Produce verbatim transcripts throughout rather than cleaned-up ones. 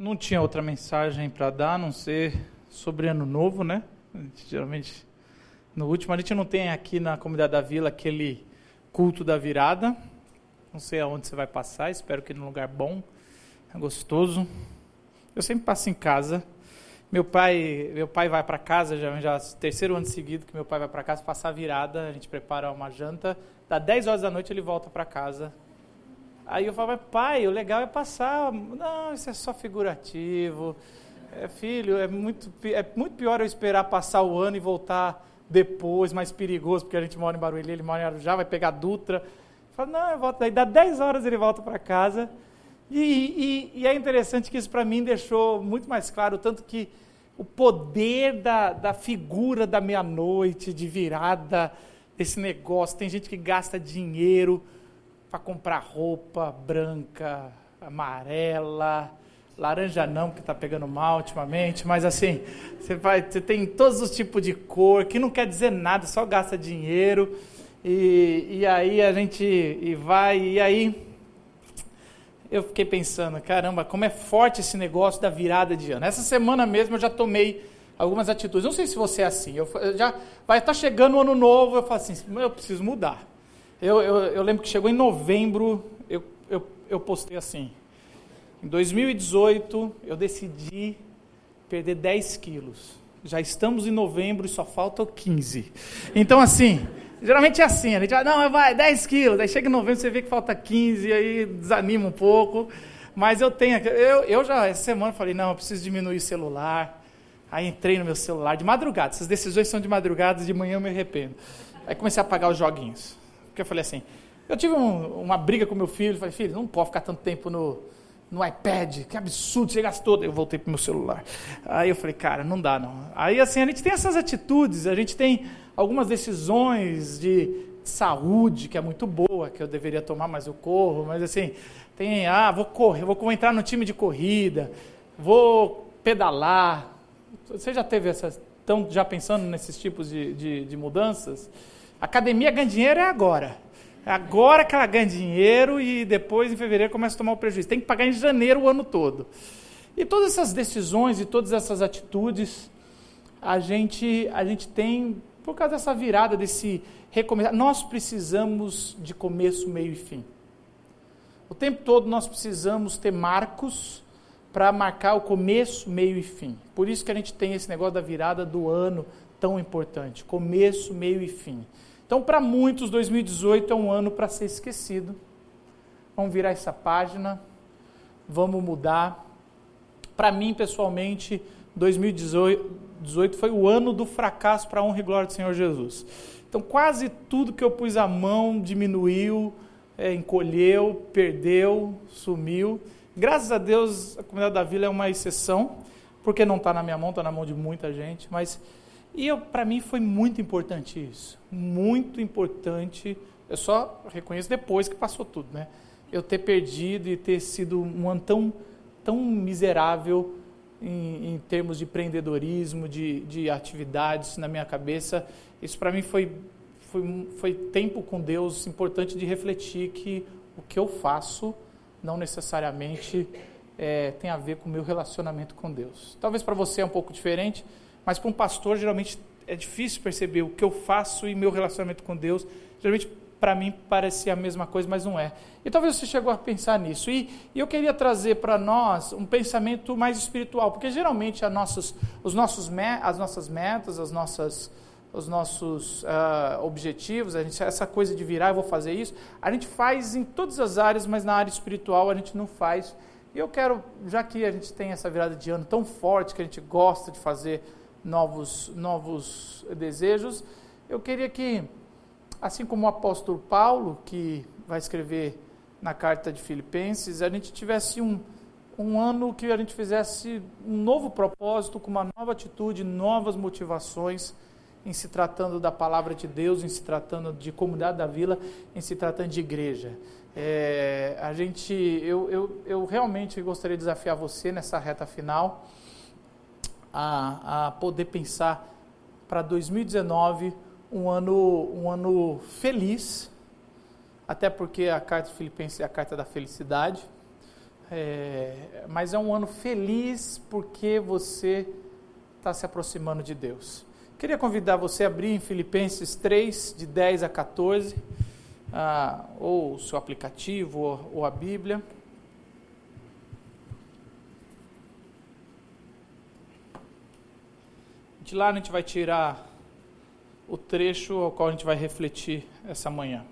não tinha outra mensagem para dar, a não ser sobre Ano Novo, né? A gente, geralmente, no último, a gente não tem aqui na Comunidade da Vila aquele culto da virada. Não sei aonde você vai passar, espero que num lugar bom, gostoso. Eu sempre passo em casa. Meu pai, meu pai vai para casa, já, já terceiro ano seguido que meu pai vai para casa passar a virada, a gente prepara uma janta, dá dez horas da noite ele volta para casa. Aí eu falo, mas pai, o legal é passar, não, isso é só figurativo, é, filho, é muito, é muito pior eu esperar passar o ano e voltar depois, mais perigoso, porque a gente mora em Barueri, ele mora em Arujá, vai pegar a Dutra. Eu falo, não, eu volto, daí dá dez horas ele volta para casa, e, e, e é interessante que isso para mim deixou muito mais claro, tanto que o poder da, da figura da meia-noite, de virada, desse negócio, tem gente que gasta dinheiro para comprar roupa branca, amarela, laranja não, porque está pegando mal ultimamente, mas assim, você, vai, você tem todos os tipos de cor, que não quer dizer nada, só gasta dinheiro, e, e aí a gente e vai, e aí eu fiquei pensando, caramba, como é forte esse negócio da virada de ano. Essa semana mesmo eu já tomei algumas atitudes, não sei se você é assim, eu, eu já vai estar tá chegando o ano novo, eu falo assim, eu preciso mudar. Eu, eu, eu lembro que chegou em novembro, eu, eu, eu postei assim, em dois mil e dezoito eu decidi perder dez quilos, já estamos em novembro e só faltam quinze, então assim, geralmente é assim, a gente vai, não, vai, dez quilos, aí chega em novembro você vê que falta quinze, aí desanima um pouco, mas eu tenho, eu, eu já, essa semana falei, não, eu preciso diminuir o celular, aí entrei no meu celular, de madrugada, essas decisões são de madrugada, de manhã eu me arrependo, aí comecei a apagar os joguinhos, porque eu falei assim, eu tive um, uma briga com meu filho, falei, filho, não pode ficar tanto tempo no, no iPad, que absurdo, você gastou, eu voltei para o meu celular, aí eu falei, cara, não dá não, aí assim, a gente tem essas atitudes, a gente tem algumas decisões de saúde, que é muito boa, que eu deveria tomar, mas eu corro, mas assim, tem, ah, vou correr, vou entrar no time de corrida, vou pedalar, você já teve essas, estão já pensando nesses tipos de, de, de mudanças? Academia ganha dinheiro é agora. É agora que ela ganha dinheiro e depois, em fevereiro, começa a tomar o prejuízo. Tem que pagar em janeiro o ano todo. E todas essas decisões e todas essas atitudes, a gente, a gente tem, por causa dessa virada, desse recomeçar. Nós precisamos de começo, meio e fim. O tempo todo nós precisamos ter marcos para marcar o começo, meio e fim. Por isso que a gente tem esse negócio da virada do ano tão importante. Começo, meio e fim. Então, para muitos, dois mil e dezoito é um ano para ser esquecido. Vamos virar essa página, vamos mudar. Para mim, pessoalmente, dois mil e dezoito foi o ano do fracasso para a honra e glória do Senhor Jesus. Então, quase tudo que eu pus a mão diminuiu, é, encolheu, perdeu, sumiu. Graças a Deus, a Comunidade da Vila é uma exceção, porque não está na minha mão, está na mão de muita gente, mas... E para mim foi muito importante isso, muito importante, eu só reconheço depois que passou tudo, né? Eu ter perdido e ter sido um ano tão, tão miserável em, em termos de empreendedorismo, de, de atividades na minha cabeça, isso para mim foi, foi, foi tempo com Deus importante de refletir que o que eu faço não necessariamente é, tem a ver com o meu relacionamento com Deus. Talvez para você é um pouco diferente, mas para um pastor, geralmente, é difícil perceber o que eu faço e meu relacionamento com Deus. Geralmente, para mim, parece a mesma coisa, mas não é. E talvez você chegou a pensar nisso. E, e eu queria trazer para nós um pensamento mais espiritual, porque geralmente as nossas, os nossos, as nossas metas, as nossas, os nossos uh, objetivos, a gente, essa coisa de virar, eu vou fazer isso, a gente faz em todas as áreas, mas na área espiritual a gente não faz. E eu quero, já que a gente tem essa virada de ano tão forte, que a gente gosta de fazer novos, novos desejos, eu queria que, assim como o apóstolo Paulo, que vai escrever na carta de Filipenses, a gente tivesse um, um ano que a gente fizesse um novo propósito, com uma nova atitude, novas motivações, em se tratando da palavra de Deus, em se tratando de comunidade da vila, em se tratando de igreja. É, a gente, eu, eu, eu realmente gostaria de desafiar você nessa reta final, A, a poder pensar para dois mil e dezenove um ano, um ano feliz, até porque a carta de Filipenses é a carta da felicidade, é, mas é um ano feliz porque você está se aproximando de Deus. Queria convidar você a abrir em Filipenses três, de dez a quatorze, ah, ou o seu aplicativo, ou, ou a Bíblia. De lá a gente vai tirar o trecho ao qual a gente vai refletir essa manhã.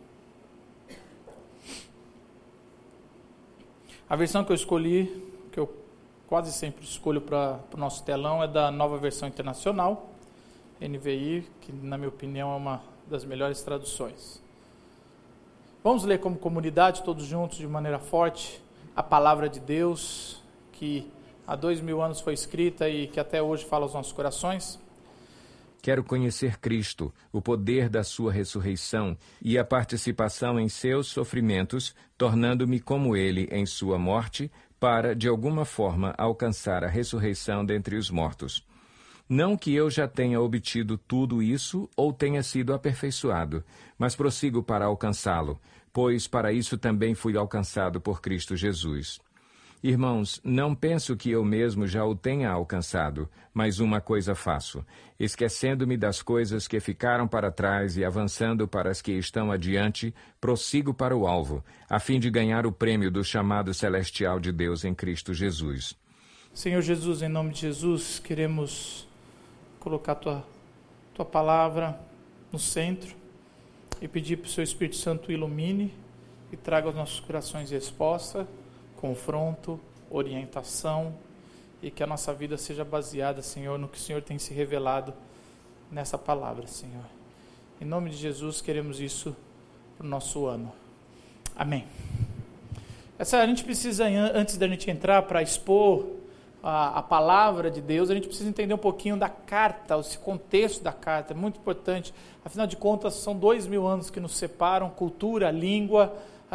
A versão que eu escolhi, que eu quase sempre escolho para o nosso telão, é da Nova Versão Internacional, N V I, que na minha opinião é uma das melhores traduções. Vamos ler como comunidade, todos juntos, de maneira forte, a palavra de Deus, que há dois mil anos foi escrita e que até hoje fala aos nossos corações. Quero conhecer Cristo, o poder da sua ressurreição e a participação em seus sofrimentos, tornando-me como ele em sua morte, para, de alguma forma, alcançar a ressurreição dentre os mortos. Não que eu já tenha obtido tudo isso ou tenha sido aperfeiçoado, mas prossigo para alcançá-lo, pois para isso também fui alcançado por Cristo Jesus. Irmãos, não penso que eu mesmo já o tenha alcançado, mas uma coisa faço, esquecendo-me das coisas que ficaram para trás e avançando para as que estão adiante, prossigo para o alvo, a fim de ganhar o prêmio do chamado celestial de Deus em Cristo Jesus. Senhor Jesus, em nome de Jesus, queremos colocar tua, tua palavra no centro e pedir para o seu Espírito Santo ilumine e traga aos nossos corações resposta, confronto, orientação, e que a nossa vida seja baseada, Senhor, no que o Senhor tem se revelado nessa palavra, Senhor. Em nome de Jesus, queremos isso para o nosso ano. Amém. Essa, a gente precisa, antes da gente entrar para expor a, a palavra de Deus, a gente precisa entender um pouquinho da carta, esse contexto da carta, é muito importante. Afinal de contas, são dois mil anos que nos separam, cultura, língua,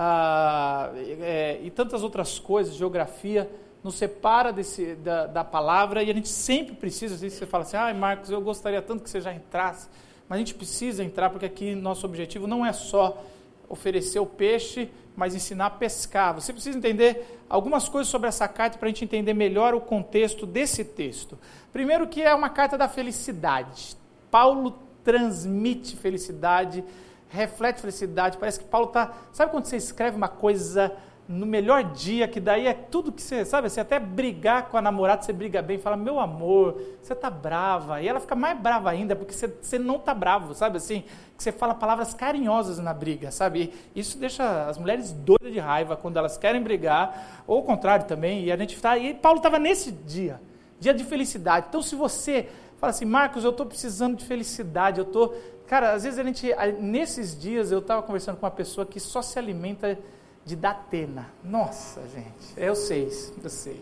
Ah, é, e tantas outras coisas, geografia, nos separa desse, da, da palavra, e a gente sempre precisa, às vezes você fala assim, ah, Marcos, eu gostaria tanto que você já entrasse, mas a gente precisa entrar, porque aqui nosso objetivo não é só oferecer o peixe, mas ensinar a pescar. Você precisa entender algumas coisas sobre essa carta para a gente entender melhor o contexto desse texto. Primeiro, que é uma carta da felicidade. Paulo transmite felicidade, reflete felicidade, parece que Paulo está... Sabe quando você escreve uma coisa no melhor dia, que daí é tudo que você... Sabe, você até brigar com a namorada, você briga bem, fala, meu amor, você está brava, e ela fica mais brava ainda, porque você, você não está bravo, sabe assim? Que você fala palavras carinhosas na briga, sabe? E isso deixa as mulheres doidas de raiva quando elas querem brigar, ou o contrário também, e a gente tá... E Paulo estava nesse dia, dia de felicidade. Então, se você fala assim, Marcos, eu estou precisando de felicidade, eu estou... Cara, às vezes a gente, nesses dias eu estava conversando com uma pessoa que só se alimenta de Datena. Nossa, gente, eu sei, eu sei.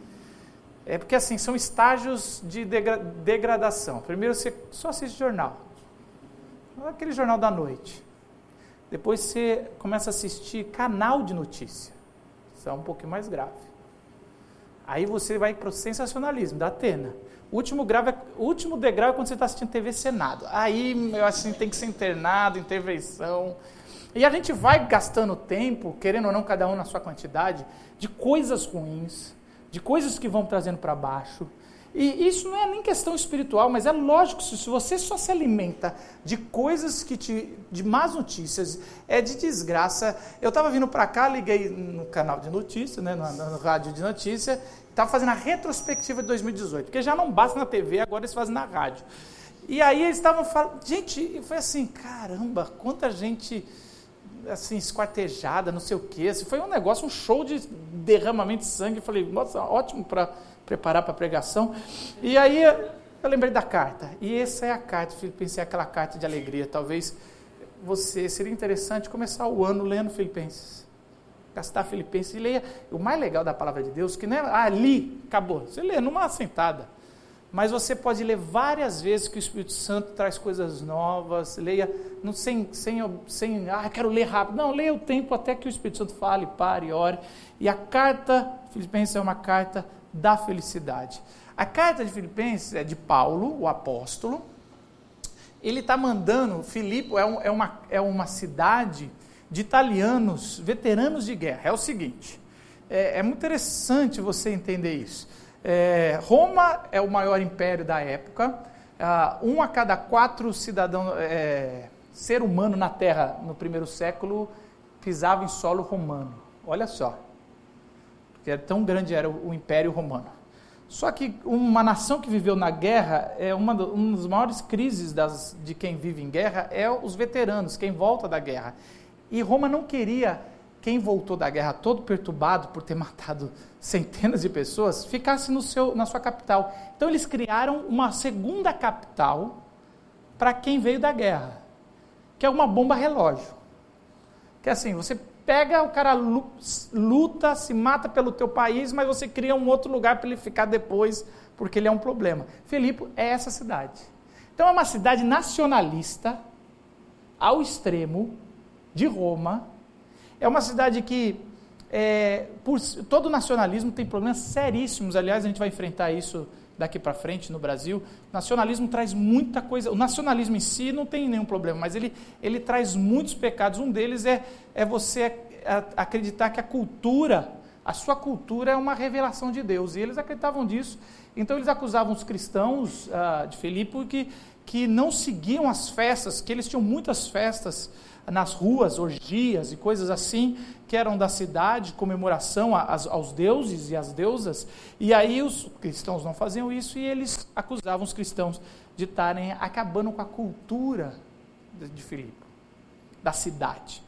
É porque assim, são estágios de degra- degradação. Primeiro você só assiste jornal, aquele jornal da noite. Depois você começa a assistir canal de notícia. Isso é um pouquinho mais grave. Aí você vai para o sensacionalismo, Datena. O último, grave, o último degrau é quando você está assistindo T V Senado. Aí, eu acho que tem que ser internado, intervenção. E a gente vai gastando tempo, querendo ou não, cada um na sua quantidade, de coisas ruins, de coisas que vão trazendo para baixo. E isso não é nem questão espiritual, mas é lógico, se você só se alimenta de coisas que te... de más notícias, é de desgraça. Eu estava vindo para cá, liguei no canal de notícia, né, no, no rádio de notícia, estava fazendo a retrospectiva de dois mil e dezoito, porque já não basta na T V, agora eles fazem na rádio. E aí eles estavam falando, gente, foi assim, caramba, quanta gente assim, esquartejada, não sei o quê. Assim, foi um negócio, um show de derramamento de sangue. Eu falei, nossa, ótimo para preparar para a pregação. E aí eu lembrei da carta. E essa é a carta, Filipenses, é aquela carta de alegria. Talvez você, seria interessante começar o ano lendo Filipenses. Gastar Filipenses e leia. O mais legal da palavra de Deus, que não é, ah, li, acabou. Você lê numa sentada. Mas você pode ler várias vezes que o Espírito Santo traz coisas novas. Leia, não, sem, sem, sem, ah, quero ler rápido. Não, leia o tempo até que o Espírito Santo fale, pare, ore. E a carta Filipenses é uma carta da felicidade. A carta de Filipenses é de Paulo, o apóstolo. Ele está mandando, Filipe é, um, é, uma, é uma cidade de italianos, veteranos de guerra. É o seguinte, é, é muito interessante você entender isso. É, Roma é o maior império da época, ah, um a cada quatro cidadãos, é, ser humano na Terra no primeiro século pisava em solo romano, olha só, porque tão grande era o, o Império Romano. Só que uma nação que viveu na guerra, é uma, do, uma das maiores crises das, de quem vive em guerra é os veteranos, quem volta da guerra. E Roma não queria quem voltou da guerra todo perturbado por ter matado centenas de pessoas, ficasse no seu, na sua capital. Então eles criaram uma segunda capital para quem veio da guerra, que é uma bomba relógio. Que é assim, você pega, o cara luta, se mata pelo teu país, mas você cria um outro lugar para ele ficar depois, porque ele é um problema. Filipe é essa cidade. Então é uma cidade nacionalista, ao extremo, de Roma. É uma cidade que, é, por todo nacionalismo tem problemas seríssimos, aliás, a gente vai enfrentar isso daqui para frente no Brasil. O nacionalismo traz muita coisa, o nacionalismo em si não tem nenhum problema, mas ele, ele traz muitos pecados. Um deles é, é você acreditar que a cultura, a sua cultura é uma revelação de Deus, e eles acreditavam disso. Então eles acusavam os cristãos uh, de Filipe que, que não seguiam as festas, que eles tinham muitas festas nas ruas, orgias e coisas assim, que eram da cidade, comemoração aos, aos deuses e às deusas, e aí os cristãos não faziam isso, e eles acusavam os cristãos de estarem acabando com a cultura de, de Filipe, da cidade.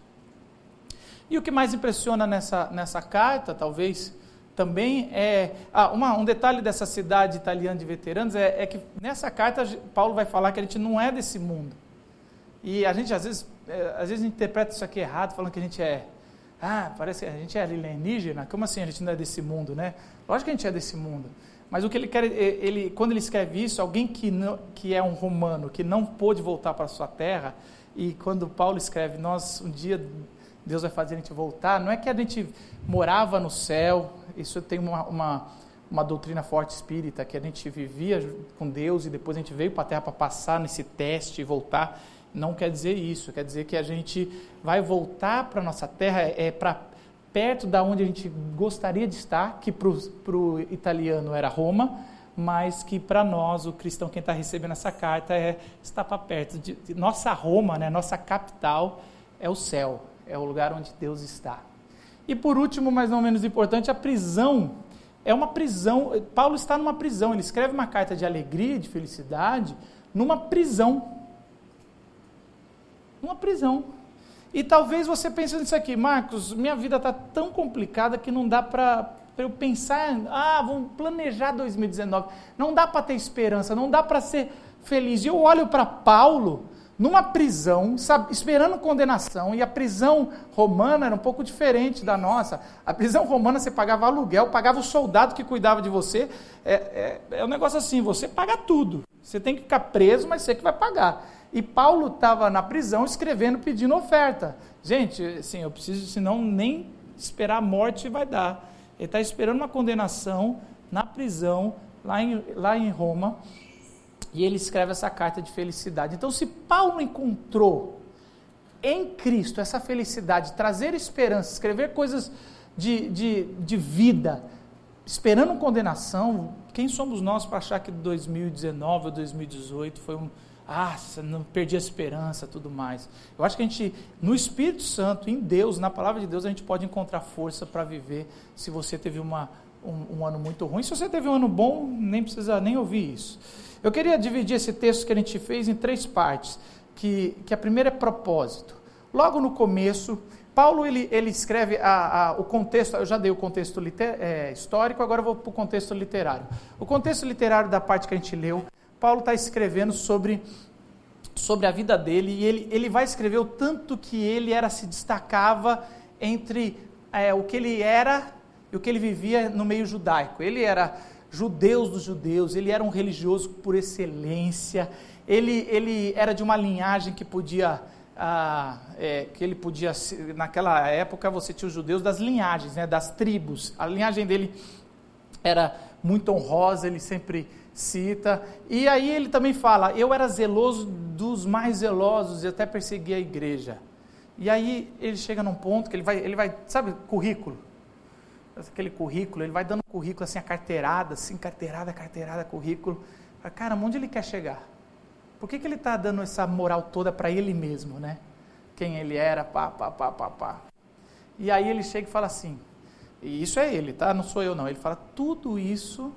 E o que mais impressiona nessa, nessa carta, talvez, também é... Ah, uma, um detalhe dessa cidade italiana de veteranos é, é que nessa carta Paulo vai falar que a gente não é desse mundo. E a gente, às vezes, é, às vezes interpreta isso aqui errado, falando que a gente é... Ah, parece que a gente é alienígena. Como assim a gente não é desse mundo, né? Lógico que a gente é desse mundo. Mas o que ele quer... Ele, quando ele escreve isso, alguém que, não, que é um romano, que não pôde voltar para a sua terra, e quando Paulo escreve, nós, um dia, Deus vai fazer a gente voltar, não é que a gente morava no céu, isso tem uma... uma uma doutrina forte espírita, que a gente vivia com Deus e depois a gente veio para a terra para passar nesse teste e voltar. Não quer dizer isso, quer dizer que a gente vai voltar para a nossa terra, é para perto da onde a gente gostaria de estar, que para o italiano era Roma, mas que para nós, o cristão, quem está recebendo essa carta, é estar para perto. De, de, nossa Roma, né, nossa capital, é o céu, é o lugar onde Deus está. E por último, mas não menos importante, a prisão. É uma prisão, Paulo está numa prisão, ele escreve uma carta de alegria, de felicidade, numa prisão. Numa prisão. E talvez você pense nisso aqui, Marcos, minha vida está tão complicada que não dá para eu pensar, ah, vamos planejar dois mil e dezenove, não dá para ter esperança, não dá para ser feliz. E eu olho para Paulo, numa prisão, sabe, esperando condenação, e a prisão romana era um pouco diferente da nossa. A prisão romana você pagava aluguel, pagava o soldado que cuidava de você, é, é, é um negócio assim, você paga tudo, você tem que ficar preso, mas você que vai pagar. E Paulo estava na prisão escrevendo, pedindo oferta. Gente, assim, eu preciso, senão nem esperar a morte vai dar. Ele está esperando uma condenação na prisão, lá em, lá em Roma, e ele escreve essa carta de felicidade. Então, se Paulo encontrou em Cristo essa felicidade, trazer esperança, escrever coisas de, de, de vida, esperando condenação, quem somos nós para achar que dois mil e dezenove ou dois mil e dezoito foi um... Ah, não perdi a esperança, tudo mais. Eu acho que a gente, no Espírito Santo, em Deus, na Palavra de Deus, a gente pode encontrar força para viver. Se você teve uma, um, um ano muito ruim, se você teve um ano bom, nem precisa nem ouvir isso. Eu queria dividir esse texto que a gente fez em três partes, que, que a primeira é propósito. Logo no começo, Paulo ele, ele escreve a, a, o contexto, eu já dei o contexto liter, é, histórico, agora eu vou para o contexto literário. O contexto literário da parte que a gente leu, Paulo está escrevendo sobre, sobre a vida dele, e ele, ele vai escrever o tanto que ele era, se destacava entre é, o que ele era e o que ele vivia no meio judaico. Ele era judeu dos judeus, ele era um religioso por excelência, ele, ele era de uma linhagem que podia, ah, é, que ele podia, naquela época você tinha os judeus das linhagens, né, das tribos, a linhagem dele era muito honrosa, ele sempre cita, e aí ele também fala, eu era zeloso dos mais zelosos e até persegui a igreja. E aí ele chega num ponto que ele vai, ele vai sabe, currículo, aquele currículo, ele vai dando currículo assim, a carteirada, assim, carteirada, carteirada, currículo. Caramba, onde ele quer chegar? Por que, que ele está dando essa moral toda para ele mesmo, né? Quem ele era, pá, pá, pá, pá, pá. E aí ele chega e fala assim, e isso é ele, tá? Não sou eu não. Ele fala, tudo isso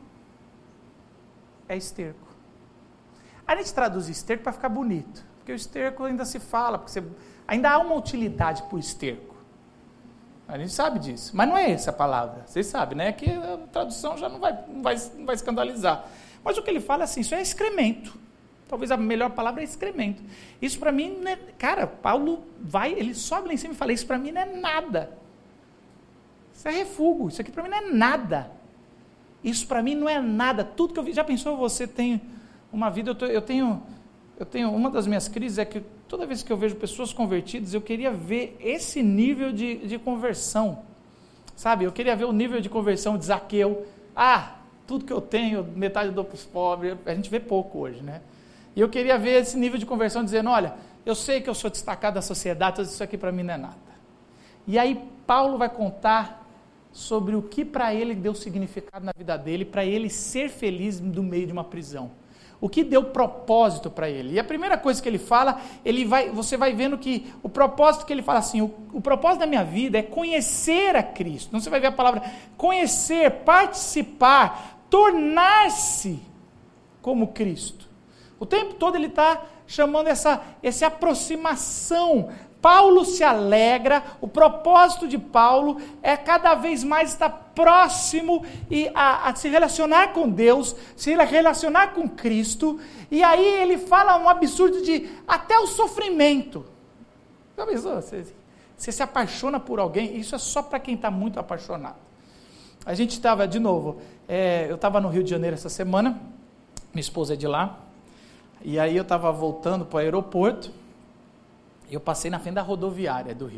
é esterco. A gente traduz esterco para ficar bonito, porque o esterco ainda se fala, porque você, ainda há uma utilidade para o esterco. A gente sabe disso, mas não é essa a palavra, vocês sabem, né? Que a tradução já não vai, não vai, não vai escandalizar. Mas o que ele fala é assim, isso é excremento. Talvez a melhor palavra é excremento. Isso para mim, não é, cara, Paulo vai, ele sobe lá em cima e fala, isso para mim não é nada. Isso é refúgio, isso aqui para mim não é nada. Isso para mim não é nada. Tudo que eu vi, já pensou, você tem uma vida, eu, tô, eu tenho, eu tenho, uma das minhas crises é que toda vez que eu vejo pessoas convertidas, eu queria ver esse nível de, de conversão, sabe? Eu queria ver o nível de conversão de Zaqueu. Ah, tudo que eu tenho, metade eu dou para os pobres, a gente vê pouco hoje, né? E eu queria ver esse nível de conversão dizendo, olha, eu sei que eu sou destacado da sociedade, mas isso aqui para mim não é nada. E aí Paulo vai contar sobre o que para ele deu significado na vida dele, para ele ser feliz no meio de uma prisão. O que deu propósito para ele. E a primeira coisa que ele fala, ele vai, você vai vendo que o propósito que ele fala assim, o, o propósito da minha vida é conhecer a Cristo. Então você vai ver a palavra conhecer, participar, tornar-se como Cristo. O tempo todo ele está chamando essa, essa aproximação. Paulo se alegra, o propósito de Paulo é cada vez mais estar próximo e a, a se relacionar com Deus, se relacionar com Cristo, e aí ele fala um absurdo de até o sofrimento. Já pensou? Você, você se apaixona por alguém, isso é só para quem está muito apaixonado. A gente estava, de novo, é, eu estava no Rio de Janeiro essa semana, minha esposa é de lá, e aí eu estava voltando para o aeroporto, eu passei na frente da rodoviária do Rio.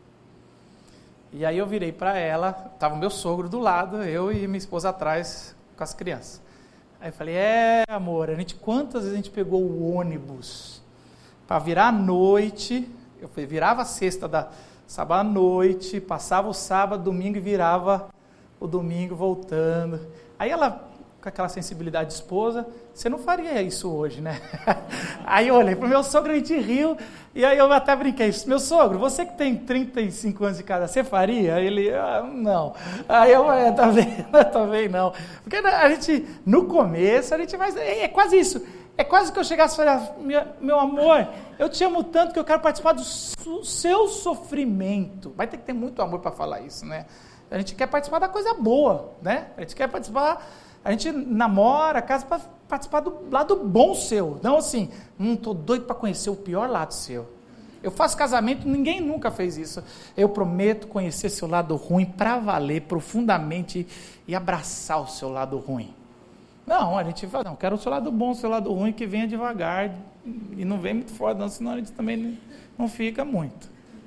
E aí eu virei para ela, estava o meu sogro do lado, eu e minha esposa atrás com as crianças. Aí eu falei, é amor, a gente, quantas vezes a gente pegou o ônibus para virar à noite, eu virava a sexta da sábado à noite, passava o sábado, domingo e virava o domingo voltando. Aí ela, com aquela sensibilidade de esposa, você não faria isso hoje, né? Aí eu olhei para o meu sogro, a gente riu, e aí eu até brinquei, meu sogro, você que tem trinta e cinco anos de casa, você faria? Aí ele, ah, não. Aí eu, é, também, também não. Porque a gente, no começo, a gente vai, é, é quase isso, é quase que eu chegasse e falasse, meu amor, eu te amo tanto que eu quero participar do seu sofrimento. Vai ter que ter muito amor para falar isso, né? A gente quer participar da coisa boa, né? A gente quer participar... A gente namora, casa para participar do lado bom seu. Não assim, não estou doido para conhecer o pior lado seu. Eu faço casamento, ninguém nunca fez isso. Eu prometo conhecer seu lado ruim para valer profundamente e abraçar o seu lado ruim. Não, a gente fala, não, quero o seu lado bom, o seu lado ruim, que venha devagar e não vem muito forte, não, senão a gente também não fica muito.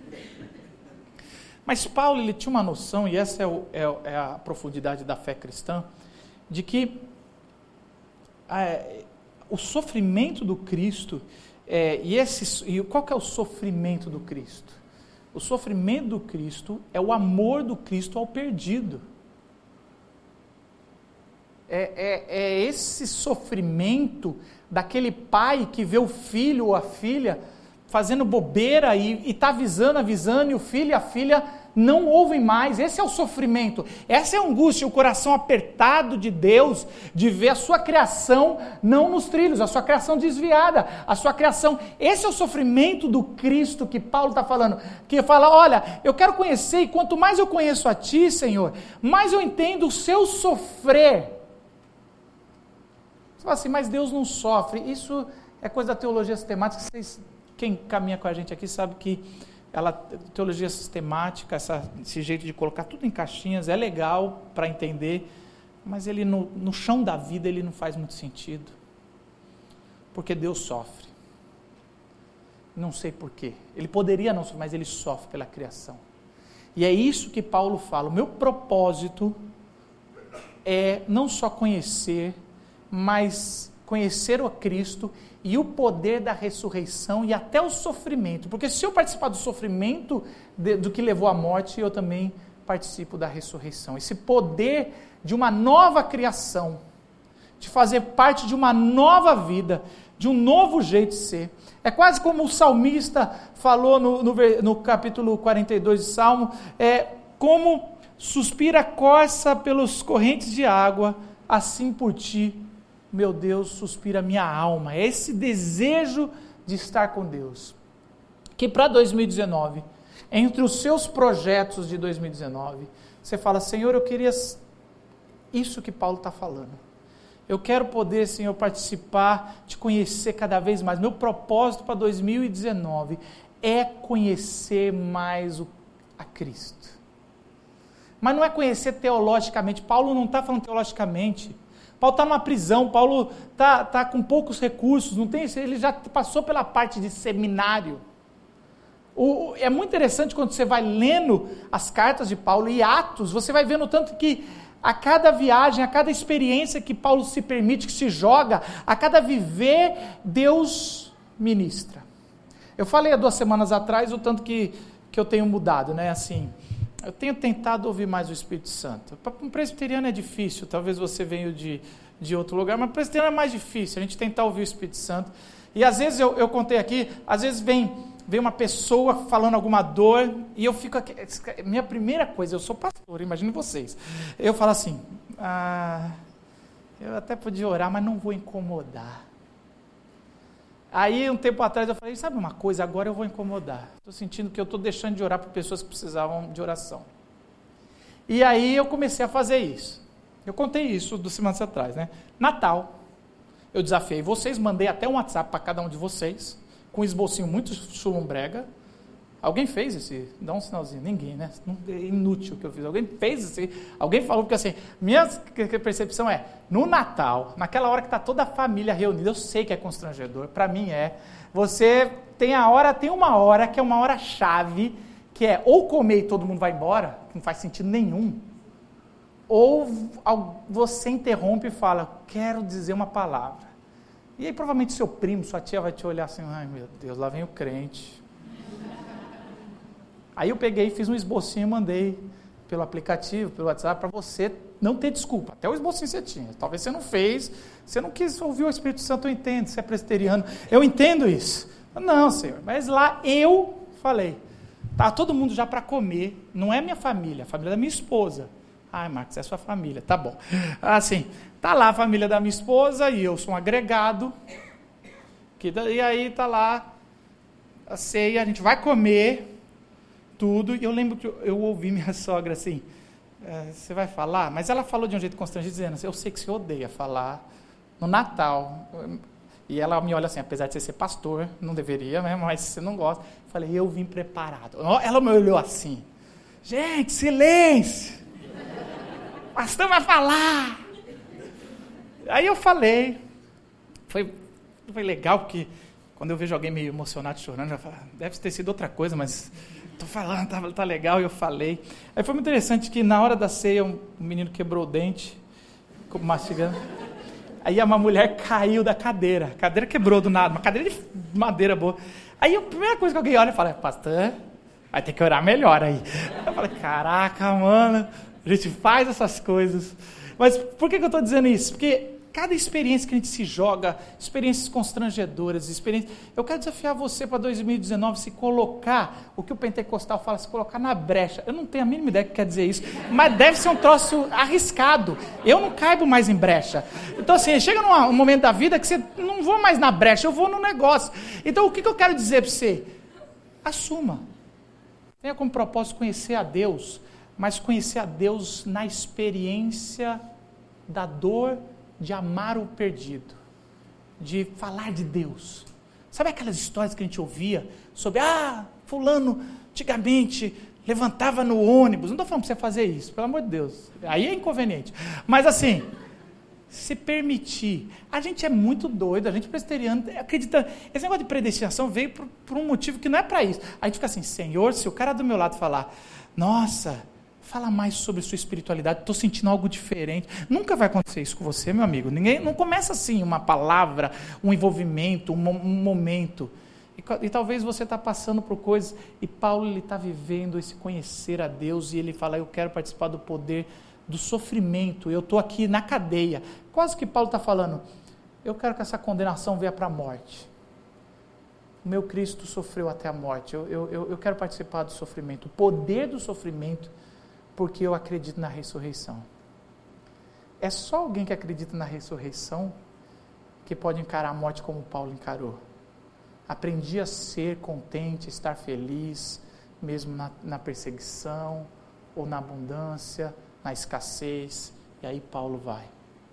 Mas Paulo, ele tinha uma noção, e essa é, o, é, é a profundidade da fé cristã, de que é, o sofrimento do Cristo, é, e, esse, e qual que é o sofrimento do Cristo? O sofrimento do Cristo é o amor do Cristo ao perdido. É, é, é esse sofrimento daquele pai que vê o filho ou a filha fazendo bobeira e está avisando, avisando, e o filho e a filha não ouvem mais. Esse é o sofrimento, essa é a angústia, o coração apertado de Deus, de ver a sua criação não nos trilhos, a sua criação desviada, a sua criação, esse é o sofrimento do Cristo que Paulo está falando, que fala, olha, eu quero conhecer, e quanto mais eu conheço a Ti, Senhor, mais eu entendo o seu sofrer. Você fala assim, mas Deus não sofre, isso é coisa da teologia sistemática, vocês, quem caminha com a gente aqui sabe que ela, teologia sistemática, essa, esse jeito de colocar tudo em caixinhas, é legal para entender, mas ele no, no chão da vida ele não faz muito sentido, porque Deus sofre, não sei porquê, ele poderia não sofrer, mas ele sofre pela criação, e é isso que Paulo fala, o meu propósito é não só conhecer, mas conhecer o Cristo e o poder da ressurreição e até o sofrimento, porque se eu participar do sofrimento de, do que levou à morte, eu também participo da ressurreição. Esse poder de uma nova criação, de fazer parte de uma nova vida, de um novo jeito de ser. É quase como o salmista falou no, no, no capítulo quarenta e dois de Salmo, é como suspira a corça pelos correntes de água, assim por ti, meu Deus, suspira a minha alma. É esse desejo de estar com Deus. Que para dois mil e dezenove, entre os seus projetos de dois mil e dezenove, você fala, Senhor, eu queria isso que Paulo está falando. Eu quero poder, Senhor, participar, te conhecer cada vez mais. Meu propósito para dois mil e dezenove é conhecer mais o, a Cristo. Mas não é conhecer teologicamente. Paulo não está falando teologicamente. Paulo está numa prisão, Paulo está tá com poucos recursos, não tem, ele já passou pela parte de seminário. O, é muito interessante quando você vai lendo as cartas de Paulo e Atos, você vai vendo tanto que a cada viagem, a cada experiência que Paulo se permite, que se joga, a cada viver, Deus ministra. Eu falei há duas semanas atrás o tanto que, que eu tenho mudado, né? Assim, eu tenho tentado ouvir mais o Espírito Santo. Para um presbiteriano é difícil, talvez você venha de, de outro lugar, mas para um presbiteriano é mais difícil, a gente tentar ouvir o Espírito Santo. E às vezes, eu, eu contei aqui, às vezes vem... Vem uma pessoa falando alguma dor, e eu fico aqui, minha primeira coisa, eu sou pastor, imagine vocês, eu falo assim, ah, eu até podia orar, mas não vou incomodar. Aí, um tempo atrás, eu falei, sabe uma coisa, agora eu vou incomodar, estou sentindo que eu estou deixando de orar por pessoas que precisavam de oração. E aí, eu comecei a fazer isso, eu contei isso duas semanas atrás, né? Natal, eu desafiei vocês, mandei até um WhatsApp para cada um de vocês, com um esbocinho muito chulumbrega. Alguém fez esse? Dá um sinalzinho. Ninguém, né? É inútil o que eu fiz. Alguém fez esse? Alguém falou, porque assim, minha percepção é, no Natal, naquela hora que está toda a família reunida, eu sei que é constrangedor, para mim é, você tem a hora, tem uma hora que é uma hora chave, que é ou comer e todo mundo vai embora, que não faz sentido nenhum, ou você interrompe e fala, quero dizer uma palavra. E aí provavelmente seu primo, sua tia vai te olhar assim, ai meu Deus, lá vem o crente. Aí eu peguei, fiz um esbocinho e mandei pelo aplicativo, pelo WhatsApp, para você não ter desculpa. Até o esbocinho você tinha. Talvez você não fez, você não quis ouvir o Espírito Santo, eu entendo, você é presbiteriano, eu entendo isso. Não, Senhor, mas lá eu falei, tá todo mundo já para comer, não é minha família, a família da minha esposa. Ai, Marcos, é sua família, tá bom. Assim, tá lá a família da minha esposa e eu sou um agregado, que, e aí tá lá a ceia, a gente vai comer tudo, e eu lembro que eu, eu ouvi minha sogra assim, é, você vai falar? Mas ela falou de um jeito constrangido, dizendo assim, eu sei que você odeia falar no Natal, e ela me olha assim, apesar de você ser pastor, não deveria, né, mas você não gosta. Eu falei, eu vim preparado. Ela me olhou assim, gente, silêncio! O pastor vai falar. Aí eu falei, foi, foi legal, porque quando eu vejo alguém meio emocionado, chorando, já falo, deve ter sido outra coisa, mas estou falando, tá, tá legal, e eu falei. Aí foi muito interessante que na hora da ceia, um menino quebrou o dente, mastigando, aí uma mulher caiu da cadeira, a cadeira quebrou do nada, uma cadeira de madeira boa. Aí a primeira coisa que alguém olha e fala, pastor, vai ter que orar melhor aí. Eu falei, caraca, mano, a gente faz essas coisas. Mas por que, que eu estou dizendo isso? Porque cada experiência que a gente se joga, experiências constrangedoras, experiências... eu quero desafiar você para dois mil e dezenove se colocar, o que o pentecostal fala, se colocar na brecha. Eu não tenho a mínima ideia do que quer dizer isso, mas deve ser um troço arriscado. Eu não caibo mais em brecha. Então assim, chega num um momento da vida que você não vou mais na brecha, eu vou no negócio. Então o que, que eu quero dizer para você? Assuma. Tenha como propósito conhecer a Deus, mas conhecer a Deus na experiência da dor de amar o perdido, de falar de Deus. Sabe aquelas histórias que a gente ouvia sobre, ah, fulano antigamente levantava no ônibus, não estou falando para você fazer isso, pelo amor de Deus, aí é inconveniente, mas assim, se permitir, a gente é muito doido, a gente presbiteriano acredita, esse negócio de predestinação veio por, por um motivo que não é para isso, a gente fica assim, Senhor, se o cara do meu lado falar, nossa, fala mais sobre sua espiritualidade, estou sentindo algo diferente. Nunca vai acontecer isso com você, meu amigo. Ninguém, não começa assim uma palavra, um envolvimento, um, um momento. E, e talvez você está passando por coisas, e Paulo está vivendo esse conhecer a Deus, e ele fala, eu quero participar do poder do sofrimento, eu estou aqui na cadeia. Quase que Paulo está falando, eu quero que essa condenação venha para a morte. O meu Cristo sofreu até a morte, eu, eu, eu quero participar do sofrimento, o poder do sofrimento, porque eu acredito na ressurreição. É só alguém que acredita na ressurreição que pode encarar a morte como Paulo encarou. Aprendi a ser contente, estar feliz, mesmo na, na perseguição, ou na abundância, na escassez, e aí Paulo vai.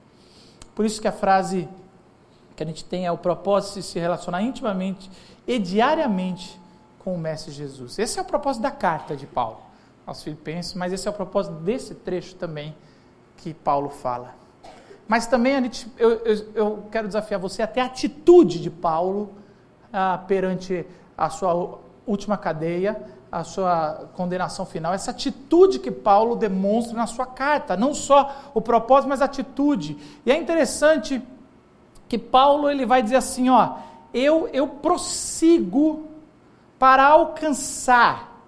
Por isso que a frase que a gente tem é o propósito de se relacionar intimamente e diariamente com o Mestre Jesus. Esse é o propósito da carta de Paulo aos Filipenses, mas esse é o propósito desse trecho também que Paulo fala. Mas também a gente, eu, eu, eu quero desafiar você até a atitude de Paulo ah, perante a sua última cadeia, a sua condenação final, essa atitude que Paulo demonstra na sua carta, não só o propósito, mas a atitude. E é interessante que Paulo ele vai dizer assim, ó, eu, eu prossigo para alcançar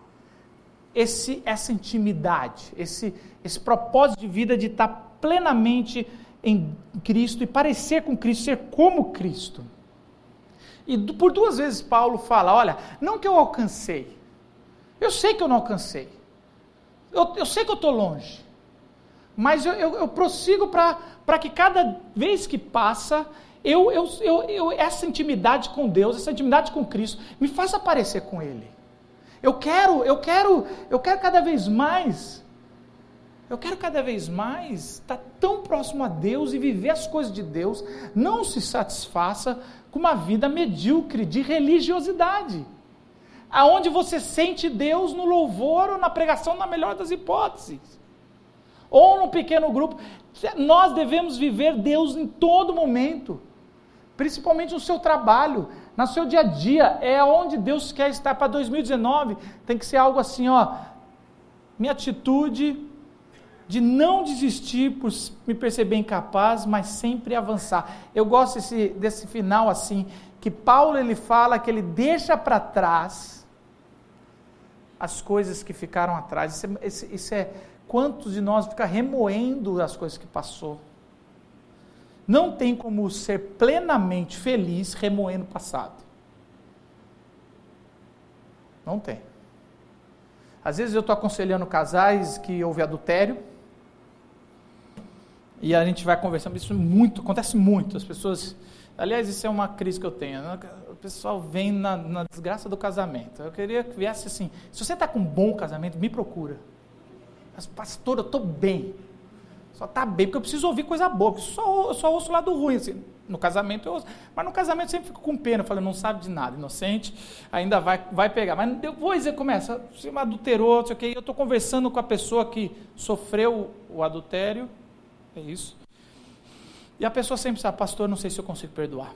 esse, essa intimidade, esse, esse propósito de vida de estar plenamente em Cristo e parecer com Cristo, ser como Cristo. E por duas vezes Paulo fala, olha, não que eu alcancei, eu sei que eu não alcancei, eu, eu sei que eu estou longe, mas eu, eu, eu prossigo para que cada vez que passa, eu, eu, eu, eu, essa intimidade com Deus, essa intimidade com Cristo, me faça parecer com Ele. Eu quero, eu quero, eu quero cada vez mais, eu quero cada vez mais estar tão próximo a Deus e viver as coisas de Deus. Não se satisfaça com uma vida medíocre de religiosidade, aonde você sente Deus no louvor ou na pregação, na melhor das hipóteses, ou num pequeno grupo. Nós devemos viver Deus em todo momento, principalmente no seu trabalho, no seu dia a dia, é onde Deus quer estar. Para dois mil e dezenove, tem que ser algo assim, ó, minha atitude de não desistir por me perceber incapaz, mas sempre avançar. Eu gosto desse, desse final assim, que Paulo ele fala que ele deixa para trás as coisas que ficaram atrás. Isso é, isso, isso é quantos de nós fica remoendo as coisas que passou. Não tem como ser plenamente feliz remoendo o passado. Não tem. Às vezes eu estou aconselhando casais que houve adultério, e a gente vai conversando, isso muito, acontece muito, as pessoas, aliás, isso é uma crise que eu tenho, né? O pessoal vem na, na desgraça do casamento. Eu queria que viesse assim, se você está com um bom casamento, me procura. Mas, pastor, eu estou bem, só está bem, porque eu preciso ouvir coisa boa, porque eu só, eu só ouço o lado ruim, assim, no casamento eu ouço, mas no casamento eu sempre fico com pena, eu falo, não sabe de nada, inocente, ainda vai, vai pegar, mas depois ele começa, se adulterou, não sei o que, eu estou conversando com a pessoa que sofreu o adultério, é isso, e a pessoa sempre sabe, pastor, não sei se eu consigo perdoar,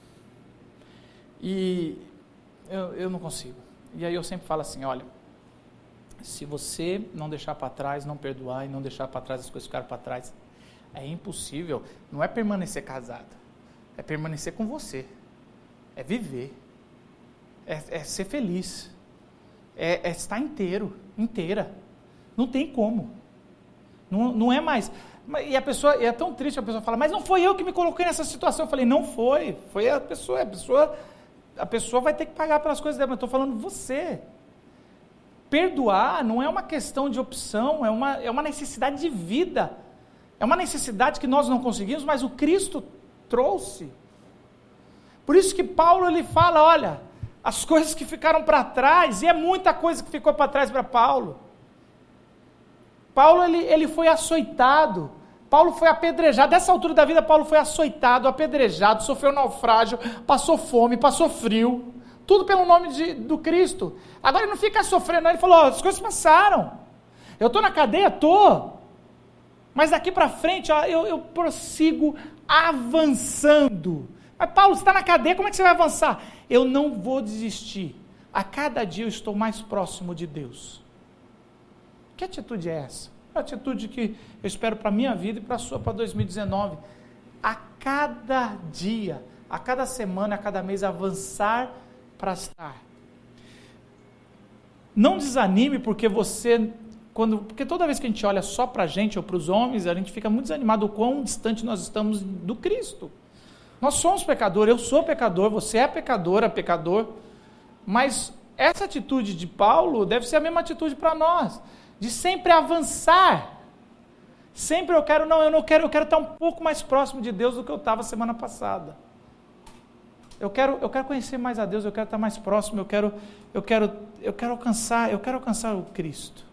e eu, eu não consigo, e aí eu sempre falo assim, olha, se você não deixar para trás, não perdoar e não deixar para trás as coisas ficarem para trás, é impossível, não é permanecer casado, é permanecer com você, é viver, é, é ser feliz, é, é estar inteiro, inteira, não tem como, não, não é mais, e a pessoa, e é tão triste, a pessoa fala, mas não foi eu que me coloquei nessa situação, eu falei, não foi, foi a pessoa, a pessoa, a pessoa vai ter que pagar pelas coisas dela, mas eu estou falando você. Perdoar não é uma questão de opção, é uma, é uma necessidade de vida, é uma necessidade que nós não conseguimos, mas o Cristo trouxe. Por isso que Paulo ele fala, olha, as coisas que ficaram para trás, e é muita coisa que ficou para trás para Paulo. Paulo ele, ele foi açoitado, Paulo foi apedrejado, dessa altura da vida Paulo foi açoitado, apedrejado, sofreu naufrágio, passou fome, passou frio, tudo pelo nome de, do Cristo. Agora ele não fica sofrendo, ele falou, oh, as coisas passaram, eu estou na cadeia, estou, mas daqui para frente ó, eu, eu prossigo avançando. Mas Paulo, você está na cadeia, como é que você vai avançar? Eu não vou desistir, a cada dia eu estou mais próximo de Deus. Que atitude é essa? É a atitude que eu espero para a minha vida e para a sua, para dois mil e dezenove. A cada dia, a cada semana, a cada mês, avançar para estar. Não desanime porque você, quando, porque toda vez que a gente olha só para a gente ou para os homens, a gente fica muito desanimado o quão distante nós estamos do Cristo. Nós somos pecadores, eu sou pecador, você é pecadora, pecador, mas essa atitude de Paulo deve ser a mesma atitude para nós, de sempre avançar. Sempre eu quero, não, eu não quero, eu quero estar um pouco mais próximo de Deus do que eu estava semana passada. Eu quero, eu quero conhecer mais a Deus, eu quero estar mais próximo, eu quero, eu quero, eu quero alcançar, eu quero alcançar o Cristo.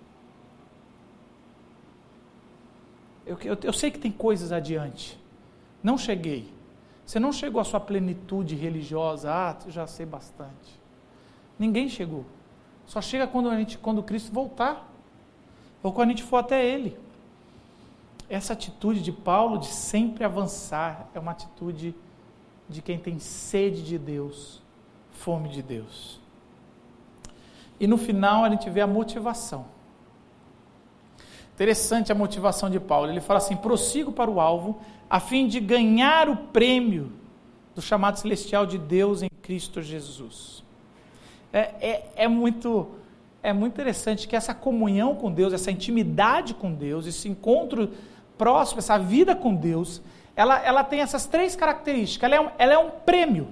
Eu, eu, eu sei que tem coisas adiante. Não cheguei. Você não chegou à sua plenitude religiosa, ah, eu já sei bastante. Ninguém chegou. Só chega quando, a gente, quando Cristo voltar, ou quando a gente for até Ele. Essa atitude de Paulo de sempre avançar é uma atitude de quem tem sede de Deus, fome de Deus. E no final a gente vê a motivação. Interessante a motivação de Paulo. Ele fala assim: prossigo para o alvo, a fim de ganhar o prêmio do chamado celestial de Deus em Cristo Jesus. É, é, é, muito, é muito interessante que essa comunhão com Deus, essa intimidade com Deus, esse encontro próximo, essa vida com Deus, ela, ela tem essas três características. Ela é, um, ela é um prêmio.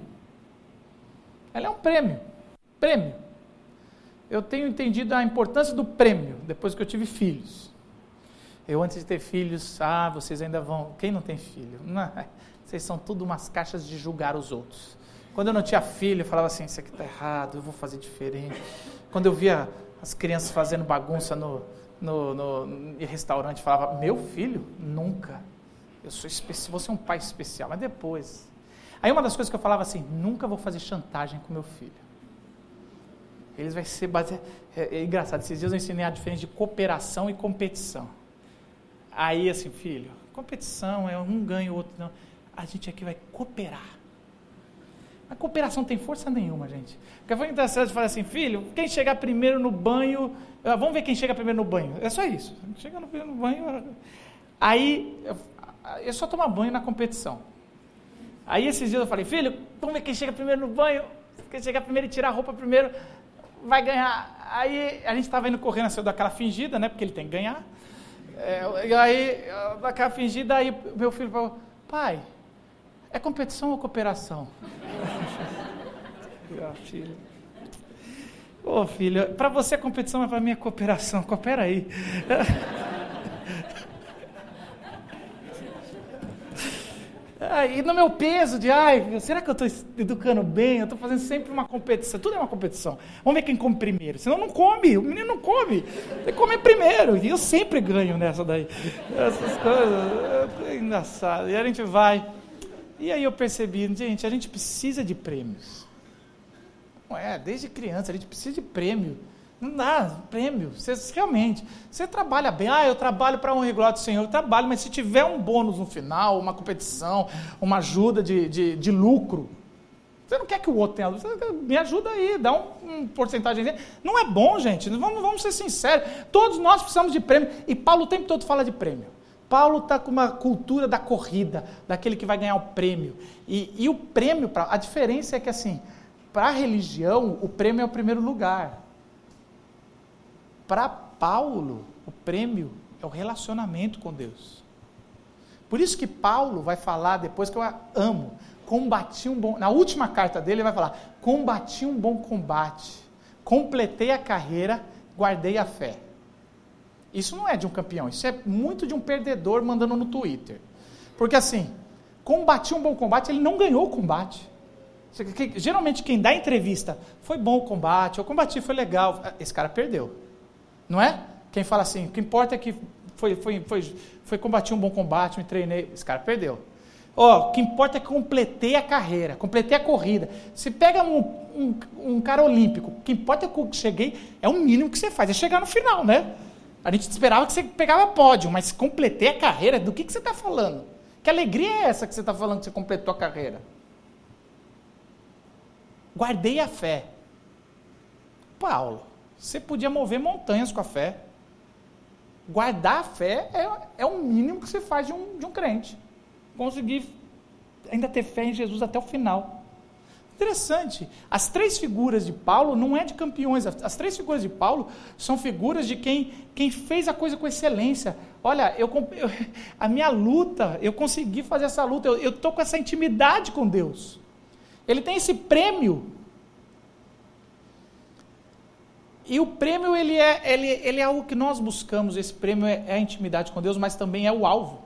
Ela é um prêmio. Prêmio. Eu tenho entendido a importância do prêmio depois que eu tive filhos. Eu, antes de ter filhos, ah, vocês ainda vão... Quem não tem filho? Não, vocês são tudo umas caixas de julgar os outros. Quando eu não tinha filho, eu falava assim, isso aqui está errado, eu vou fazer diferente. Quando eu via as crianças fazendo bagunça no, no, no, no restaurante, eu falava, meu filho? Nunca. Eu sou especial, vou ser um pai especial, mas depois. Aí uma das coisas que eu falava assim, nunca vou fazer chantagem com meu filho. Eles vai ser baseado... É, é engraçado, esses dias eu ensinei a diferença de cooperação e competição. Aí assim, filho, competição é um ganha, o outro não. A gente aqui vai cooperar. A cooperação não tem força nenhuma, gente. Porque foi interessante falar assim, filho, quem chegar primeiro no banho, vamos ver quem chega primeiro no banho. É só isso. Chega no primeiro no banho. Aí, eu, eu só tomo banho na competição. Aí esses dias eu falei, filho, vamos ver quem chega primeiro no banho, quem chegar primeiro e tirar a roupa primeiro, vai ganhar. Aí a gente estava indo correndo, saiu daquela fingida, né? Porque ele tem que ganhar. É, e aí, daquela fingida, aí meu filho falou, pai, é competição ou cooperação? Ô, filho, oh, filho, para você é competição, mas para mim é cooperação, coopera aí. E no meu peso de, ai, será que eu estou educando bem? Eu estou fazendo sempre uma competição, tudo é uma competição. Vamos ver quem come primeiro, senão não come, o menino não come, tem que comer primeiro, e eu sempre ganho nessa daí. Essas coisas, é engraçado, e a gente vai, e aí eu percebi, gente, a gente precisa de prêmios. Não é, desde criança a gente precisa de prêmio. Não dá prêmio, você, realmente, você trabalha bem, ah, eu trabalho para um regular do Senhor, eu trabalho, mas se tiver um bônus no final, uma competição, uma ajuda de, de, de lucro, você não quer que o outro tenha, você, me ajuda aí, dá um, um porcentagem, não é bom, gente, vamos, vamos ser sinceros, todos nós precisamos de prêmio, e Paulo o tempo todo fala de prêmio. Paulo está com uma cultura da corrida, daquele que vai ganhar o prêmio, e, e o prêmio, pra, a diferença é que assim, para a religião, o prêmio é o primeiro lugar. Para Paulo, o prêmio é o relacionamento com Deus. Por isso que Paulo vai falar, depois que eu amo, combati um bom... Na última carta dele, ele vai falar, combati um bom combate, completei a carreira, guardei a fé. Isso não é de um campeão, isso é muito de um perdedor mandando no Twitter. Porque assim, combati um bom combate, ele não ganhou o combate. Geralmente quem dá entrevista, foi bom o combate, o combate foi legal, esse cara perdeu. Não é? Quem fala assim, o que importa é que foi, foi, foi, foi combater um bom combate, me treinei, esse cara perdeu. Ó, oh, o que importa é que completei a carreira, completei a corrida. Se pega um, um, um cara olímpico, o que importa é que eu cheguei, é o mínimo que você faz, é chegar no final, né? A gente esperava que você pegava pódio, mas completei a carreira, do que, que você está falando? Que alegria é essa que você está falando que você completou a carreira? Guardei a fé. Paulo, você podia mover montanhas com a fé. Guardar a fé é, é o mínimo que você faz de um, de um crente. Conseguir ainda ter fé em Jesus até o final. Interessante, as três figuras de Paulo não é de campeões, as três figuras de Paulo são figuras de quem, quem fez a coisa com excelência. Olha, eu, eu, a minha luta, eu consegui fazer essa luta, eu estou com essa intimidade com Deus. Ele tem esse prêmio. E o prêmio, ele é, ele, ele é algo que nós buscamos, esse prêmio é, é a intimidade com Deus, mas também é o alvo.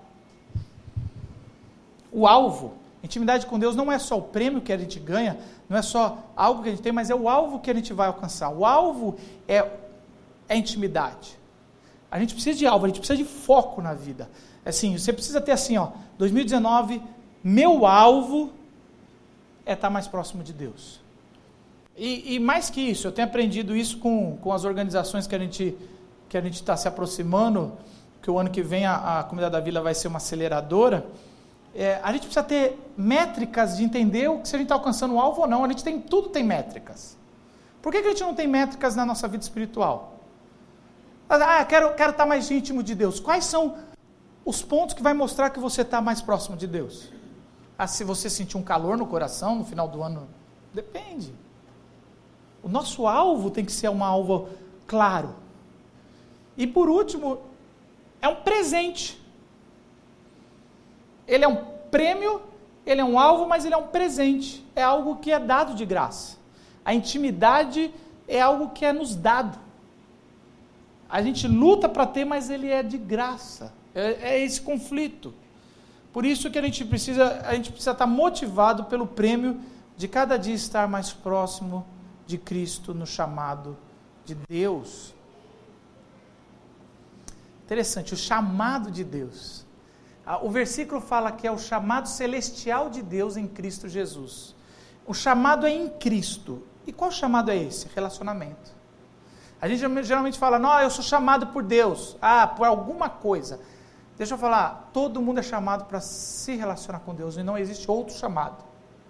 O alvo, intimidade com Deus não é só o prêmio que a gente ganha, não é só algo que a gente tem, mas é o alvo que a gente vai alcançar. O alvo é, é intimidade. A gente precisa de alvo, a gente precisa de foco na vida. Assim, você precisa ter assim, ó, dois mil e dezenove, meu alvo é estar mais próximo de Deus. E, e mais que isso, eu tenho aprendido isso com, com as organizações que a gente que a gente está se aproximando, que o ano que vem a, a Comunidade da Vila vai ser uma aceleradora. É, a gente precisa ter métricas de entender o que se a gente está alcançando o alvo ou não. A gente tem, tudo tem métricas. Por que, que a gente não tem métricas na nossa vida espiritual? Ah, quero, quero estar mais íntimo de Deus. Quais são os pontos que vai mostrar que você está mais próximo de Deus? Ah, se você sentir um calor no coração no final do ano, depende. O nosso alvo tem que ser um alvo claro. E por último, é um presente. Ele é um prêmio, ele é um alvo, mas ele é um presente. É algo que é dado de graça. A intimidade é algo que é nos dado. A gente luta para ter, mas ele é de graça. É, é esse conflito. Por isso que a gente precisa, a gente precisa estar motivado pelo prêmio de cada dia estar mais próximo de Cristo no chamado de Deus. Interessante, o chamado de Deus. O versículo fala que é o chamado celestial de Deus em Cristo Jesus. O chamado é em Cristo. E qual chamado é esse? Relacionamento. A gente geralmente fala, não, eu sou chamado por Deus. Ah, por alguma coisa. Deixa eu falar, todo mundo é chamado para se relacionar com Deus e não existe outro chamado.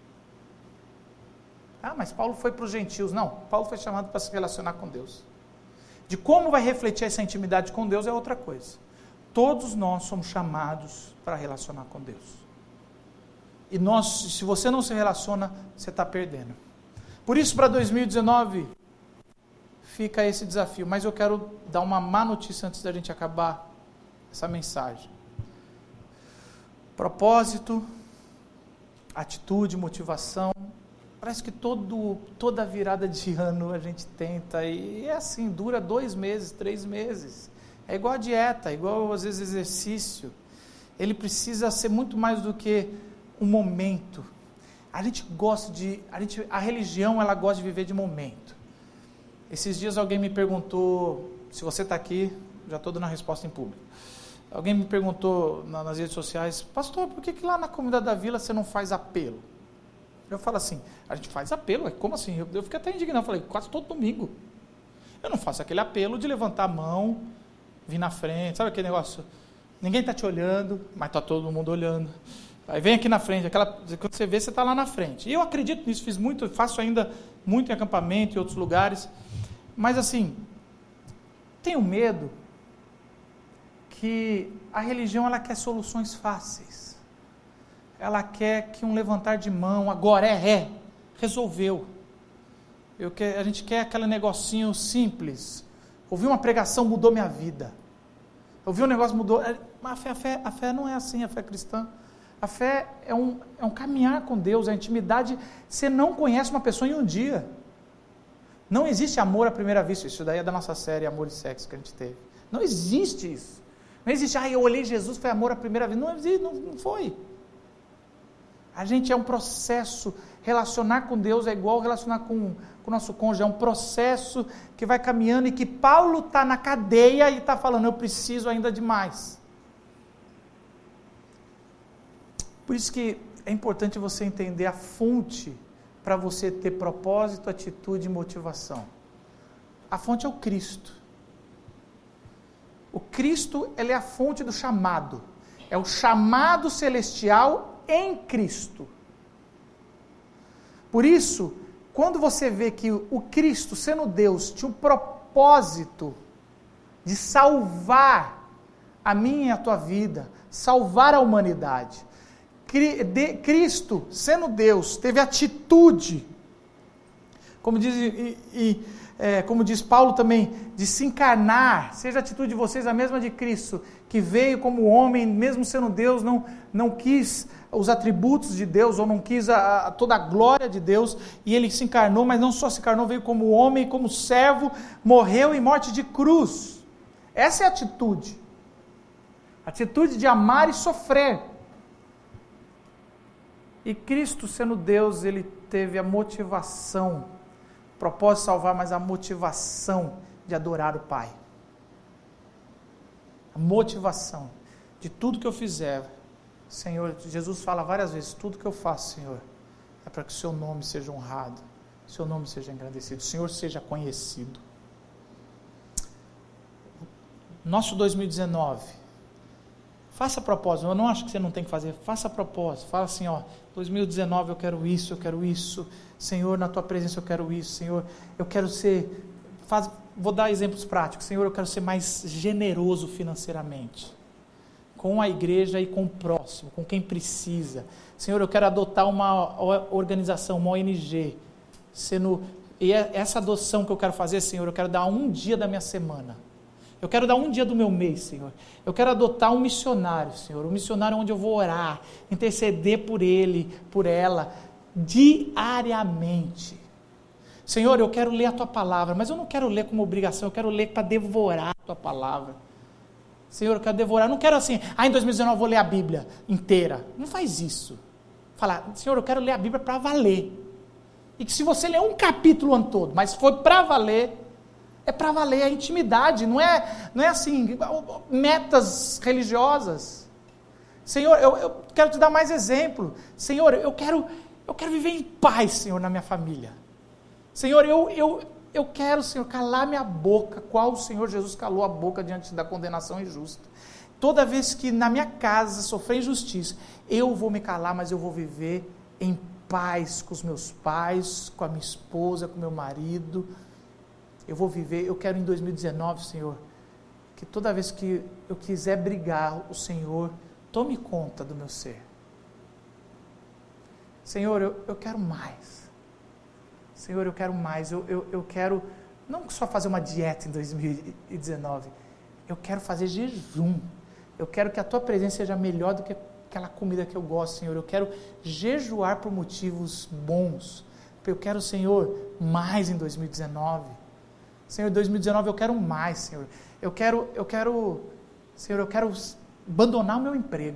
Ah, mas Paulo foi para os gentios. Não, Paulo foi chamado para se relacionar com Deus. De como vai refletir essa intimidade com Deus é outra coisa. Todos nós somos chamados para relacionar com Deus. E nós, se você não se relaciona, você está perdendo. Por isso, para dois mil e dezenove, fica esse desafio. Mas eu quero dar uma má notícia antes da gente acabar essa mensagem. Propósito, atitude, motivação. Parece que todo, toda virada de ano a gente tenta, e é assim, dura dois meses, três meses. É igual a dieta, é igual às vezes exercício. Ele precisa ser muito mais do que um momento. A gente gosta de, a, gente, a religião ela gosta de viver de momento. Esses dias alguém me perguntou, se você está aqui, já estou dando a resposta em público. Alguém me perguntou na, nas redes sociais, pastor, por que, que lá na Comunidade da Vila você não faz apelo? Eu falo assim, a gente faz apelo, como assim? Eu, eu fiquei até indignado, eu falei, quase todo domingo. Eu não faço aquele apelo de levantar a mão, vir na frente, sabe aquele negócio? Ninguém está te olhando, mas está todo mundo olhando. Aí vem aqui na frente, aquela, quando você vê, você está lá na frente. E eu acredito nisso, fiz muito, faço ainda muito em acampamento e outros lugares. Mas assim, tenho medo que a religião ela quer soluções fáceis. Ela quer que um levantar de mão, agora é, é, resolveu. Eu quer, a gente quer aquele negocinho simples. Ouvi uma pregação, mudou minha vida. Ouvi um negócio, mudou. Mas a fé, a, fé, a fé não é assim, a fé cristã. A fé é um, é um caminhar com Deus, a intimidade. Você não conhece uma pessoa em um dia. Não existe amor à primeira vista. Isso daí é da nossa série Amor e Sexo que a gente teve. Não existe isso. Não existe, ah, eu olhei Jesus, foi amor à primeira vista. Não existe, não, não foi. A gente é um processo, relacionar com Deus é igual relacionar com, com o nosso cônjuge, é um processo que vai caminhando e que Paulo está na cadeia e está falando, eu preciso ainda de mais. Por isso que é importante você entender a fonte para você ter propósito, atitude e motivação. A fonte é o Cristo. O Cristo, ele é a fonte do chamado. É o chamado celestial em Cristo. Por isso, quando você vê que o Cristo, sendo Deus, tinha um propósito de salvar a minha e a tua vida, salvar a humanidade. Cristo, sendo Deus, teve atitude Como diz, e, e, é, como diz Paulo também, de se encarnar, seja a atitude de vocês a mesma de Cristo, que veio como homem, mesmo sendo Deus, não, não quis os atributos de Deus, ou não quis a, a, toda a glória de Deus, e ele se encarnou, mas não só se encarnou, veio como homem, como servo, morreu em morte de cruz. Essa é a atitude. Atitude de amar e sofrer. E Cristo, sendo Deus, ele teve a motivação, o propósito de salvar, mas a motivação de adorar o Pai. A motivação de tudo que eu fizer, Senhor, Jesus fala várias vezes, tudo que eu faço, Senhor, é para que o seu nome seja honrado, o seu nome seja engrandecido, o Senhor seja conhecido. Nosso dois mil e dezenove, faça propósito, eu não acho que você não tem que fazer, faça propósito, fala assim, ó, dois mil e dezenove eu quero isso, eu quero isso, Senhor, na tua presença eu quero isso, Senhor, eu quero ser, faz, vou dar exemplos práticos, Senhor, eu quero ser mais generoso financeiramente, com a igreja e com o próximo, com quem precisa, Senhor, eu quero adotar uma organização, uma O N G, sendo, e essa adoção que eu quero fazer, Senhor, eu quero dar um dia da minha semana, eu quero dar um dia do meu mês, Senhor. Eu quero adotar um missionário, Senhor. Um missionário onde eu vou orar, interceder por ele, por ela, diariamente. Senhor, eu quero ler a Tua palavra, mas eu não quero ler como obrigação, eu quero ler para devorar a Tua palavra. Senhor, eu quero devorar, eu não quero assim, ah, em dois mil e dezenove eu vou ler a Bíblia inteira. Não faz isso. Falar, Senhor, eu quero ler a Bíblia para valer. E que se você ler um capítulo o ano todo, mas foi para valer, é para valer a intimidade, não é, não é assim, metas religiosas. Senhor, eu, eu quero te dar mais exemplo. Senhor, eu quero, eu quero viver em paz, Senhor, na minha família. Senhor, eu, eu, eu quero, Senhor, calar minha boca, qual o Senhor Jesus calou a boca diante da condenação injusta. Toda vez que na minha casa sofrer injustiça, eu vou me calar, mas eu vou viver em paz com os meus pais, com a minha esposa, com o meu marido. Eu vou viver, eu quero em dois mil e dezenove, Senhor, que toda vez que eu quiser brigar, o Senhor tome conta do meu ser. Senhor, eu, eu quero mais. Senhor, eu quero mais. Eu, eu, eu quero não só fazer uma dieta em dois mil e dezenove, eu quero fazer jejum. Eu quero que a Tua presença seja melhor do que aquela comida que eu gosto, Senhor. Eu quero jejuar por motivos bons. Eu quero, Senhor, mais em dois mil e dezenove. Senhor, em dois mil e dezenove eu quero mais, Senhor. Eu quero, eu quero, Senhor, eu quero abandonar o meu emprego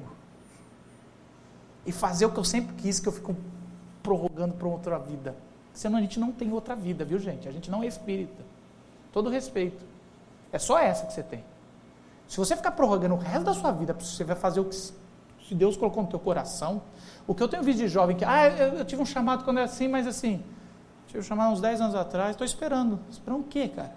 e fazer o que eu sempre quis, que eu fico prorrogando para outra vida. Senão a gente não tem outra vida, viu, gente? A gente não é espírita. Todo respeito. É só essa que você tem. Se você ficar prorrogando o resto da sua vida, você vai fazer o que se Deus colocou no teu coração. O que eu tenho visto de jovem que, ah, eu, eu tive um chamado quando era assim, mas assim, tive um chamado uns dez anos atrás, estou esperando. Esperando o quê, cara?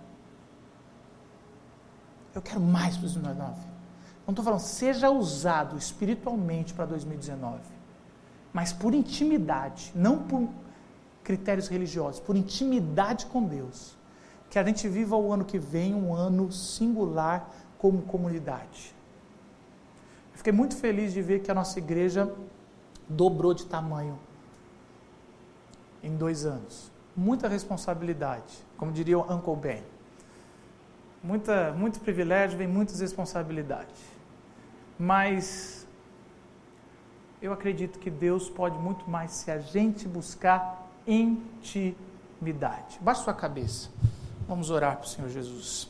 Eu quero mais para dois mil e dezenove. Não estou falando, seja usado espiritualmente para dois mil e dezenove, mas por intimidade, não por critérios religiosos, por intimidade com Deus. Que a gente viva o ano que vem um ano singular como comunidade. Eu fiquei muito feliz de ver que a nossa igreja dobrou de tamanho em dois anos. Muita responsabilidade, como diria o Uncle Ben. Muita, muito privilégio, vem muitas responsabilidades. Mas eu acredito que Deus pode muito mais se a gente buscar intimidade. Baixe sua cabeça. Vamos orar para o Senhor Jesus.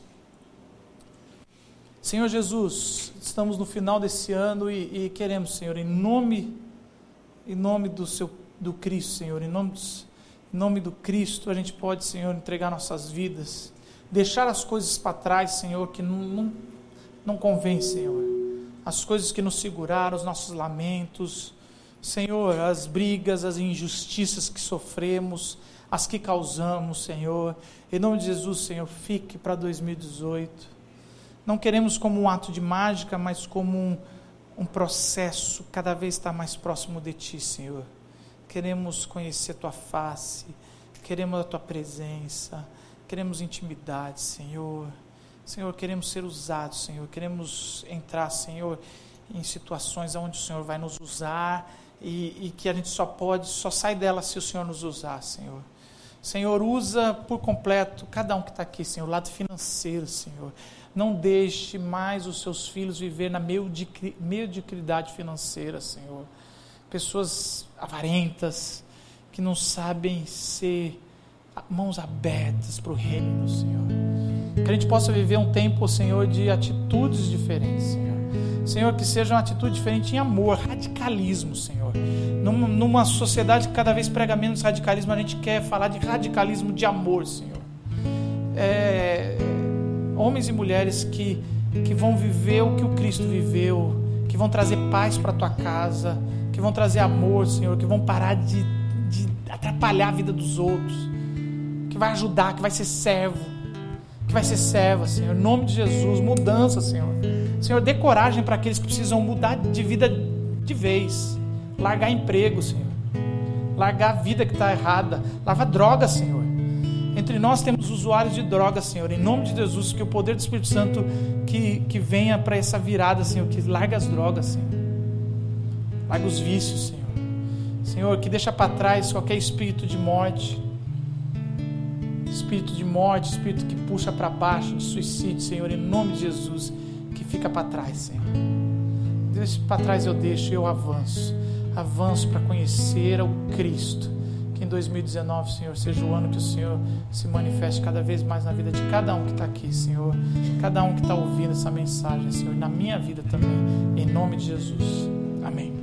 Senhor Jesus, estamos no final desse ano e, e queremos, Senhor, em nome, em nome do, seu, do Cristo, Senhor, em nome, dos, em nome do Cristo, a gente pode, Senhor, entregar nossas vidas, deixar as coisas para trás, Senhor, que não, não, não convém, Senhor, as coisas que nos seguraram, os nossos lamentos, Senhor, as brigas, as injustiças que sofremos, as que causamos, Senhor, em nome de Jesus, Senhor, fique para dois mil e dezoito, não queremos como um ato de mágica, mas como um, um processo, cada vez estar mais próximo de Ti, Senhor, queremos conhecer a Tua face, queremos a Tua presença, queremos intimidade, Senhor, Senhor, queremos ser usados, Senhor, queremos entrar, Senhor, em situações onde o Senhor vai nos usar e, e que a gente só pode, só sai dela se o Senhor nos usar, Senhor. Senhor, usa por completo cada um que está aqui, Senhor, o lado financeiro, Senhor. Não deixe mais os seus filhos viver na mediocridade financeira, Senhor. Pessoas avarentas, que não sabem ser mãos abertas para o reino, Senhor. Que a gente possa viver um tempo, Senhor, de atitudes diferentes, Senhor. Senhor, que seja uma atitude diferente em amor, radicalismo, Senhor. Numa, numa sociedade que cada vez prega menos radicalismo, a gente quer falar de radicalismo de amor, Senhor. É, homens e mulheres que, que vão viver o que o Cristo viveu, que vão trazer paz para a tua casa, que vão trazer amor, Senhor, que vão parar de, de atrapalhar a vida dos outros, que vai ajudar, que vai ser servo, que vai ser serva, Senhor, em nome de Jesus. Mudança, Senhor. Senhor, dê coragem para aqueles que precisam mudar de vida de vez, largar emprego, Senhor, largar a vida que está errada, largar droga, Senhor. Entre nós temos usuários de droga, Senhor, em nome de Jesus, que o poder do Espírito Santo que, que venha para essa virada, Senhor, que larga as drogas, Senhor, larga os vícios, Senhor. Senhor, que deixa para trás qualquer espírito de morte, espírito de morte, espírito que puxa para baixo, de suicídio, Senhor, em nome de Jesus, que fica para trás, Senhor. Deixa para trás, eu deixo, eu avanço, avanço para conhecer o Cristo. Que em dois mil e dezenove, Senhor, seja o ano que o Senhor se manifeste cada vez mais na vida de cada um que está aqui, Senhor, cada um que está ouvindo essa mensagem, Senhor, na minha vida também, em nome de Jesus. Amém.